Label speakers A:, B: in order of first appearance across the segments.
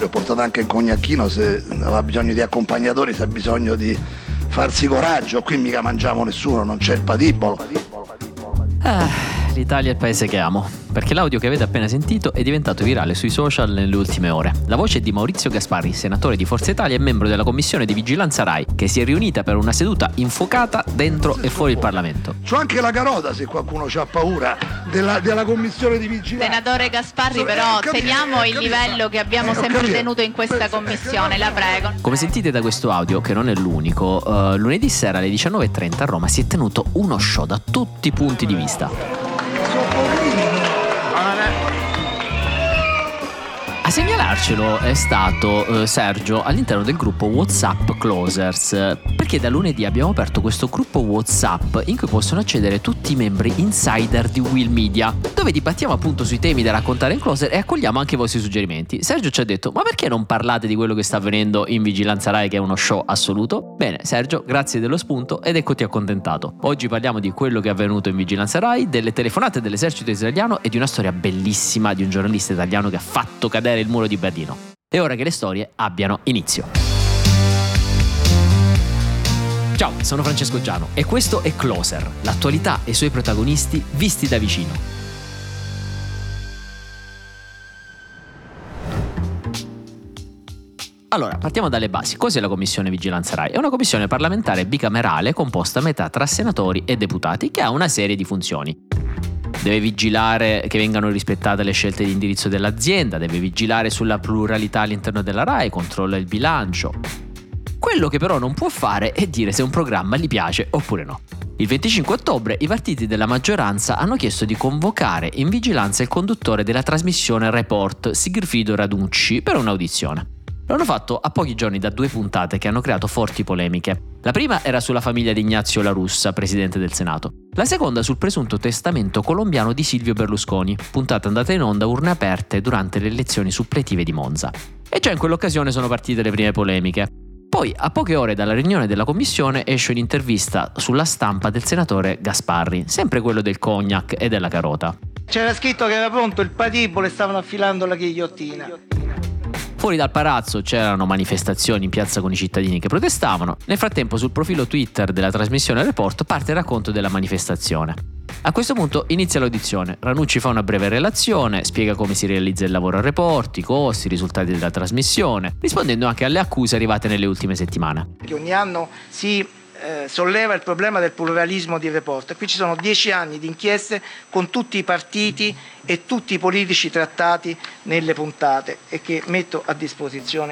A: ho portato anche il cognacchino se aveva bisogno di accompagnatori, se ha bisogno di farsi coraggio. Qui mica mangiamo nessuno, non c'è il patibolo.
B: L'Italia è il paese che amo, perché l'audio che avete appena sentito è diventato virale sui social nelle ultime ore. La voce è di Maurizio Gasparri, senatore di Forza Italia e membro della commissione di vigilanza Rai, che si è riunita per una seduta infuocata dentro e fuori il Parlamento.
A: C'ho anche la carota se qualcuno ha paura della commissione di vigilanza.
C: Senatore Gasparri, però teniamo il livello che abbiamo sempre tenuto in questa commissione, la prego.
B: Come sentite da questo audio, che non è l'unico, lunedì sera alle 19:30 a Roma si è tenuto uno show da tutti i punti di vista. A segnalarcelo è stato Sergio all'interno del gruppo WhatsApp Closers, perché da lunedì abbiamo aperto questo gruppo WhatsApp in cui possono accedere tutti i membri insider di Will Media, dove dibattiamo appunto sui temi da raccontare in Closer e accogliamo anche i vostri suggerimenti. Sergio ci ha detto: ma perché non parlate di quello che sta avvenendo in Vigilanza Rai, che è uno show assoluto? Bene Sergio, grazie dello spunto ed eccoti accontentato. Oggi parliamo di quello che è avvenuto in Vigilanza Rai, delle telefonate dell'esercito israeliano e di una storia bellissima di un giornalista italiano che ha fatto cadere il muro di Berlino. È ora che le storie abbiano inizio. Ciao, sono Francesco Giano e questo è Closer, l'attualità e i suoi protagonisti visti da vicino. Allora, partiamo dalle basi. Cos'è la Commissione Vigilanza Rai? È una commissione parlamentare bicamerale composta a metà tra senatori e deputati che ha una serie di funzioni. Deve vigilare che vengano rispettate le scelte di indirizzo dell'azienda, deve vigilare sulla pluralità all'interno della Rai, controlla il bilancio. Quello che però non può fare è dire se un programma gli piace oppure no. Il 25 ottobre i partiti della maggioranza hanno chiesto di convocare in vigilanza il conduttore della trasmissione Report, Sigfrido Ranucci, per un'audizione. L'hanno fatto a pochi giorni da 2 puntate che hanno creato forti polemiche. La prima era sulla famiglia di Ignazio La Russa, presidente del Senato. La seconda sul presunto testamento colombiano di Silvio Berlusconi, puntata andata in onda a urne aperte durante le elezioni suppletive di Monza. E già in quell'occasione sono partite le prime polemiche. Poi, a poche ore dalla riunione della commissione, esce un'intervista sulla Stampa del senatore Gasparri, sempre quello del cognac e della carota.
D: C'era scritto che era pronto il patibolo e stavano affilando la ghigliottina.
B: Fuori dal palazzo c'erano manifestazioni in piazza con i cittadini che protestavano. Nel frattempo sul profilo Twitter della trasmissione Report parte il racconto della manifestazione. A questo punto inizia l'audizione. Ranucci fa una breve relazione, spiega come si realizza il lavoro a Report, i costi, i risultati della trasmissione, rispondendo anche alle accuse arrivate nelle ultime settimane.
D: Che ogni anno si solleva il problema del pluralismo di Report. Qui ci sono 10 anni di inchieste con tutti i partiti e tutti i politici trattati nelle puntate e che metto a disposizione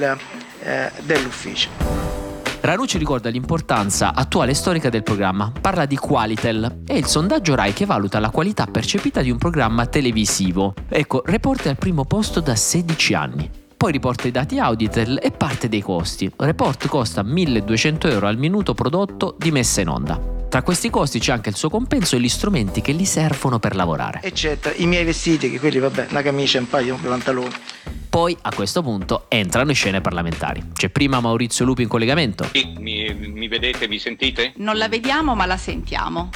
D: dell'ufficio.
B: Ranucci ricorda l'importanza attuale e storica del programma, parla di Qualitel, è il sondaggio Rai che valuta la qualità percepita di un programma televisivo. Ecco, Report è al primo posto da 16 anni. Poi riporta i dati Auditel e parte dei costi. Report costa 1.200 euro al minuto prodotto di messa in onda. Tra questi costi c'è anche il suo compenso e gli strumenti che gli servono per lavorare.
D: Eccetera, i miei vestiti, che quelli vabbè, una camicia e un paio di pantaloni.
B: Poi a questo punto entrano in scene parlamentari. C'è prima Maurizio Lupi in collegamento.
E: Sì, mi vedete, mi sentite?
C: Non la vediamo ma la sentiamo.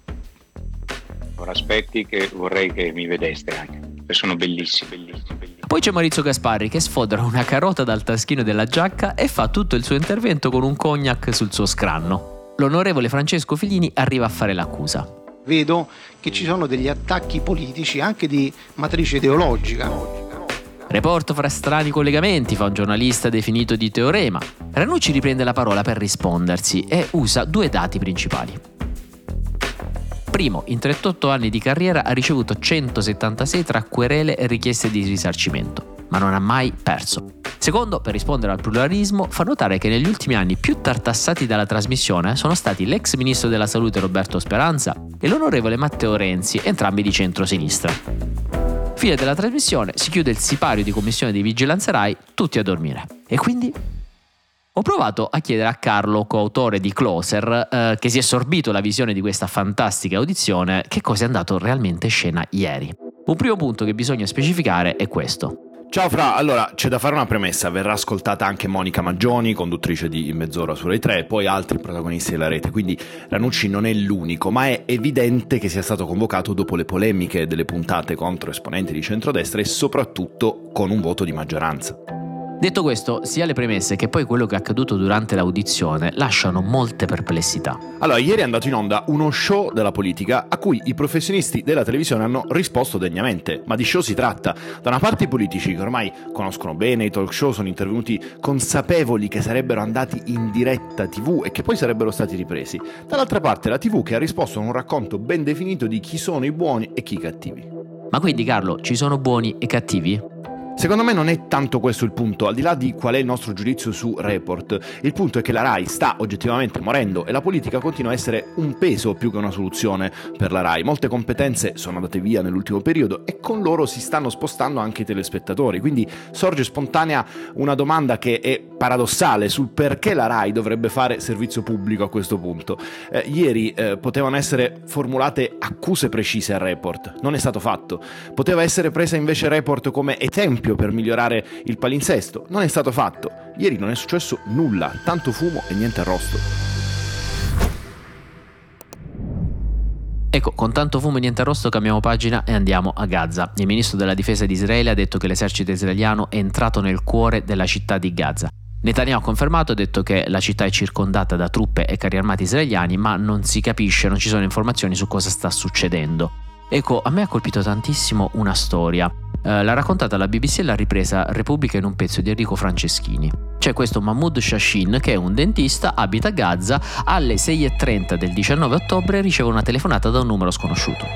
E: Ora aspetti che vorrei che mi vedeste anche. Sono bellissimi.
B: Poi c'è Maurizio Gasparri che sfodera una carota dal taschino della giacca e fa tutto il suo intervento con un cognac sul suo scranno. L'onorevole Francesco Filini arriva a fare l'accusa.
F: Vedo che ci sono degli attacchi politici anche di matrice ideologica.
B: Report fra strani collegamenti, fa un giornalista definito di teorema. Ranucci riprende la parola per rispondersi e usa 2 dati principali. Primo, in 38 anni di carriera ha ricevuto 176 tra querele e richieste di risarcimento, ma non ha mai perso. Secondo, per rispondere al pluralismo, fa notare che negli ultimi anni più tartassati dalla trasmissione sono stati l'ex ministro della salute Roberto Speranza e l'onorevole Matteo Renzi, entrambi di centrosinistra. Fine della trasmissione, si chiude il sipario di commissione di vigilanza Rai, tutti a dormire. E quindi? Ho provato a chiedere a Carlo, coautore di Closer, che si è sorbito la visione di questa fantastica audizione, che cosa è andato realmente in scena ieri. Un primo punto che bisogna specificare è questo.
G: Ciao Fra, allora c'è da fare una premessa, verrà ascoltata anche Monica Maggioni, conduttrice di Mezz'ora su Rai 3, e poi altri protagonisti della rete, quindi Ranucci non è l'unico, ma è evidente che sia stato convocato dopo le polemiche delle puntate contro esponenti di centrodestra e soprattutto con un voto di maggioranza.
B: Detto questo, sia le premesse che poi quello che è accaduto durante l'audizione lasciano molte perplessità.
G: Allora, ieri è andato in onda uno show della politica a cui i professionisti della televisione hanno risposto degnamente. Ma di show si tratta. Da una parte i politici, che ormai conoscono bene i talk show, sono intervenuti consapevoli che sarebbero andati in diretta TV e che poi sarebbero stati ripresi. Dall'altra parte la TV che ha risposto a un racconto ben definito di chi sono i buoni e chi i cattivi.
B: Ma quindi, Carlo, ci sono buoni e cattivi?
G: Secondo me non è tanto questo il punto, al di là di qual è il nostro giudizio su Report. Il punto è che la RAI sta oggettivamente morendo e la politica continua a essere un peso più che una soluzione per la RAI. Molte competenze sono andate via nell'ultimo periodo e con loro si stanno spostando anche i telespettatori. Quindi sorge spontanea una domanda che è paradossale sul perché la RAI dovrebbe fare servizio pubblico a questo punto. Ieri potevano essere formulate accuse precise a Report, non è stato fatto. Poteva essere presa invece Report come esempio per migliorare il palinsesto, non è stato fatto. Ieri non è successo nulla, tanto fumo e niente arrosto.
B: Ecco, con tanto fumo e niente arrosto cambiamo pagina e andiamo a Gaza. Il ministro della difesa di Israele ha detto che l'esercito israeliano è entrato nel cuore della città di Gaza. Netanyahu ha confermato, ha detto che la città è circondata da truppe e carri armati israeliani, ma non si capisce, non ci sono informazioni su cosa sta succedendo. Ecco, a me ha colpito tantissimo una storia. L'ha raccontata la BBC e l'ha ripresa Repubblica in un pezzo di Enrico Franceschini. C'è questo Mahmoud Shashin che è un dentista, abita a Gaza, alle 6:30 del 19 ottobre riceve una telefonata da un numero sconosciuto.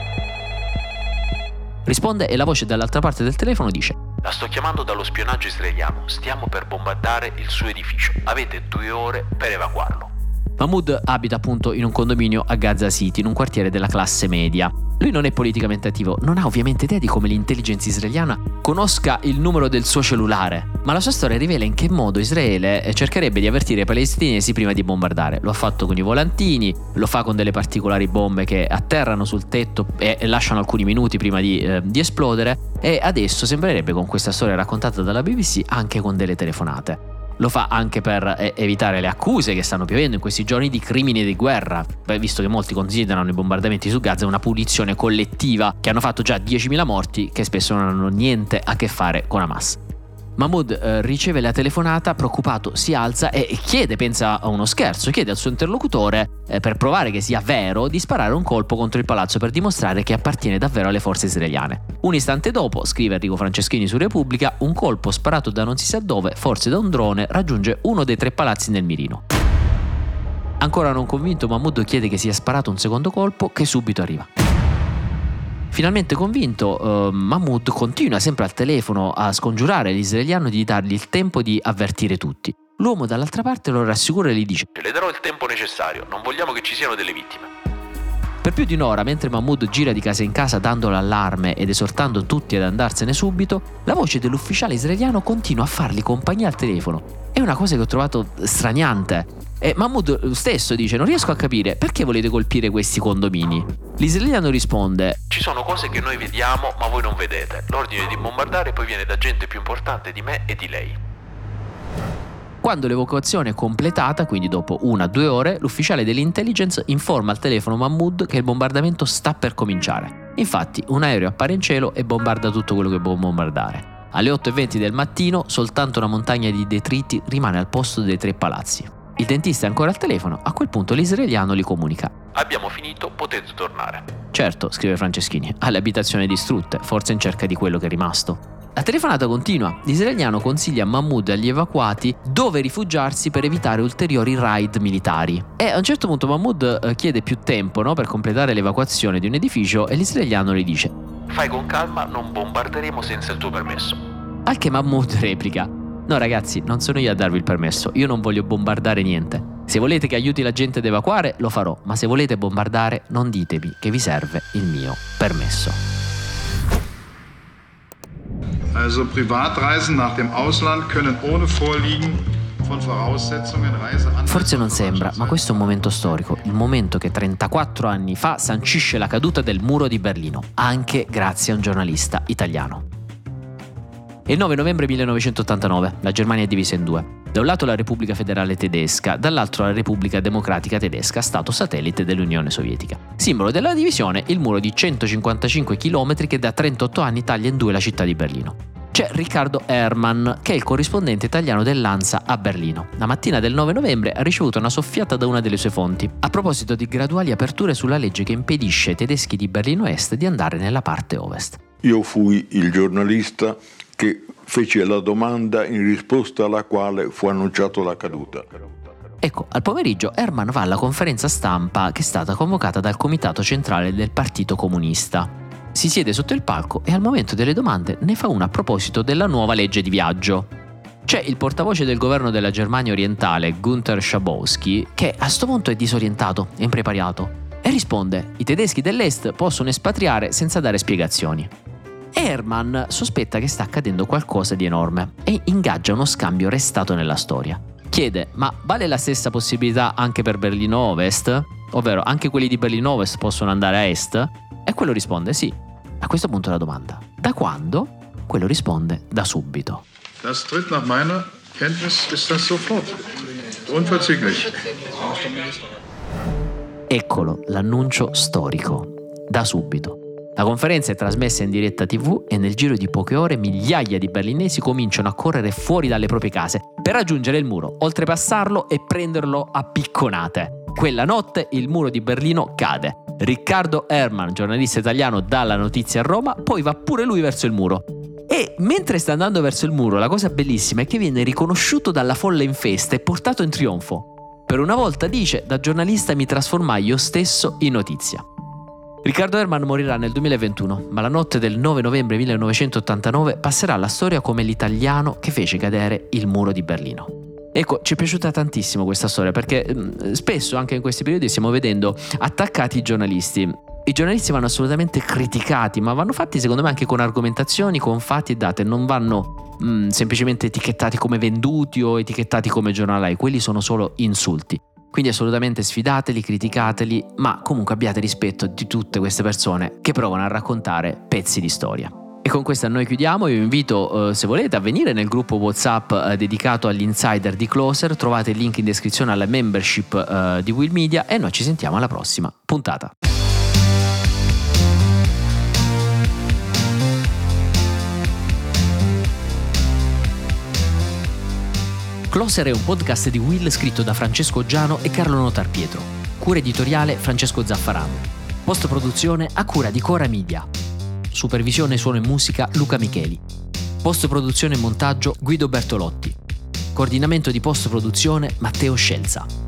B: Risponde e la voce dall'altra parte del telefono dice:
H: "La sto chiamando dallo spionaggio israeliano, stiamo per bombardare il suo edificio, avete 2 ore per evacuarlo".
B: Mahmoud abita appunto in un condominio a Gaza City, in un quartiere della classe media. Lui non è politicamente attivo, non ha ovviamente idea di come l'intelligence israeliana conosca il numero del suo cellulare, ma la sua storia rivela in che modo Israele cercherebbe di avvertire i palestinesi prima di bombardare. Lo ha fatto con i volantini, lo fa con delle particolari bombe che atterrano sul tetto e lasciano alcuni minuti prima di esplodere, e adesso sembrerebbe, con questa storia raccontata dalla BBC, anche con delle telefonate. Lo fa anche per evitare le accuse che stanno piovendo in questi giorni di crimini di guerra, visto che molti considerano i bombardamenti su Gaza una punizione collettiva, che hanno fatto già 10.000 morti che spesso non hanno niente a che fare con Hamas. Mahmoud riceve la telefonata, preoccupato si alza e chiede, pensa a uno scherzo, chiede al suo interlocutore, per provare che sia vero, di sparare un colpo contro il palazzo per dimostrare che appartiene davvero alle forze israeliane. Un istante dopo, scrive Enrico Franceschini su Repubblica, un colpo sparato da non si sa dove, forse da un drone, raggiunge uno dei 3 palazzi nel mirino. Ancora non convinto, Mahmoud chiede che sia sparato un secondo colpo, che subito arriva. Finalmente convinto, Mahmoud continua sempre al telefono a scongiurare l'israeliano di dargli il tempo di avvertire tutti. L'uomo dall'altra parte lo rassicura e gli dice:
H: "Le darò il tempo necessario, non vogliamo che ci siano delle vittime".
B: Per più di un'ora, mentre Mahmoud gira di casa in casa dando l'allarme ed esortando tutti ad andarsene subito, la voce dell'ufficiale israeliano continua a fargli compagnia al telefono. È una cosa che ho trovato straniante. E Mahmoud stesso dice: "Non riesco a capire perché volete colpire questi condomini". L'israeliano risponde:
H: "Ci sono cose che noi vediamo ma voi non vedete. L'ordine di bombardare poi viene da gente più importante di me e di lei".
B: Quando l'evacuazione è completata, quindi dopo 1-2 ore, l'ufficiale dell'intelligence informa al telefono Mahmoud che il bombardamento sta per cominciare. Infatti, un aereo appare in cielo e bombarda tutto quello che può bombardare. Alle 8:20 del mattino, soltanto una montagna di detriti rimane al posto dei 3 palazzi. Il dentista è ancora al telefono, a quel punto l'israeliano gli comunica:
H: "Abbiamo finito, potete tornare".
B: Certo, scrive Franceschini, alle abitazioni distrutte, forse in cerca di quello che è rimasto. La telefonata continua. L'israeliano consiglia a Mahmoud e agli evacuati dove rifugiarsi per evitare ulteriori raid militari. E a un certo punto Mahmoud chiede più tempo, per completare l'evacuazione di un edificio, e l'israeliano gli dice:
H: "Fai con calma, non bombarderemo senza il tuo permesso".
B: Al che Mahmoud replica: "No ragazzi, non sono io a darvi il permesso, io non voglio bombardare niente. Se volete che aiuti la gente ad evacuare, lo farò, ma se volete bombardare, non ditemi che vi serve il mio permesso".
I: Also Privatreisen nach dem Ausland können ohne Vorliegen von Voraussetzungen
B: Forse non sembra, ma questo è un momento storico, il momento che 34 anni fa sancisce la caduta del muro di Berlino, anche grazie a un giornalista italiano. È il 9 novembre 1989, la Germania è divisa in 2. Da un lato la Repubblica Federale Tedesca, dall'altro la Repubblica Democratica Tedesca, stato satellite dell'Unione Sovietica. Simbolo della divisione, il muro di 155 km che da 38 anni taglia in 2 la città di Berlino. c'è Riccardo Herrmann, che è il corrispondente italiano dell'ANSA a Berlino. La mattina del 9 novembre ha ricevuto una soffiata da una delle sue fonti, a proposito di graduali aperture sulla legge che impedisce ai tedeschi di Berlino Est di andare nella parte ovest.
J: Io fui il giornalista che fece la domanda in risposta alla quale fu annunciato la caduta.
B: Ecco, al pomeriggio Herrmann va alla conferenza stampa che è stata convocata dal Comitato Centrale del Partito Comunista. Si siede sotto il palco e al momento delle domande ne fa una a proposito della nuova legge di viaggio. C'è il portavoce del governo della Germania orientale, Günther Schabowski, che a sto punto è disorientato e impreparato e risponde: i tedeschi dell'est possono espatriare senza dare spiegazioni. Herrmann sospetta che sta accadendo qualcosa di enorme e ingaggia uno scambio restato nella storia. Chiede: ma vale la stessa possibilità anche per Berlino Ovest? Ovvero, anche quelli di Berlino Ovest possono andare a est? E quello risponde sì. A questo punto la domanda: da quando? Quello risponde: da subito.
I: Das tritt nach meiner Kenntnis ist das sofort. Unverzüglich.
B: Eccolo l'annuncio storico. Da subito. La conferenza è trasmessa in diretta TV e nel giro di poche ore migliaia di berlinesi cominciano a correre fuori dalle proprie case per raggiungere il muro, oltrepassarlo e prenderlo a picconate. Quella notte il muro di Berlino cade. Riccardo Herrmann, giornalista italiano, dà la notizia a Roma, poi va pure lui verso il muro. E mentre sta andando verso il muro, la cosa bellissima è che viene riconosciuto dalla folla in festa e portato in trionfo. Per una volta, dice, da giornalista mi trasformai io stesso in notizia. Riccardo Herrmann morirà nel 2021, ma la notte del 9 novembre 1989 passerà alla storia come l'italiano che fece cadere il muro di Berlino. Ecco, ci è piaciuta tantissimo questa storia perché spesso anche in questi periodi stiamo vedendo attaccati i giornalisti. I giornalisti vanno assolutamente criticati, ma vanno fatti secondo me anche con argomentazioni, con fatti e date, non vanno semplicemente etichettati come venduti o etichettati come giornalai, quelli sono solo insulti. Quindi assolutamente sfidateli, criticateli, ma comunque abbiate rispetto di tutte queste persone che provano a raccontare pezzi di storia. E con questa noi chiudiamo. Io vi invito, se volete, a venire nel gruppo WhatsApp dedicato agli insider di Closer. Trovate il link in descrizione alla membership di Will Media e noi ci sentiamo alla prossima puntata. Closer è un podcast di Will scritto da Francesco Giano e Carlo Notarpietro. Cura editoriale Francesco Zaffarano. Post-produzione a cura di Cora Media. Supervisione suono e musica Luca Micheli. Post-produzione e montaggio Guido Bertolotti. Coordinamento di post-produzione Matteo Scelza.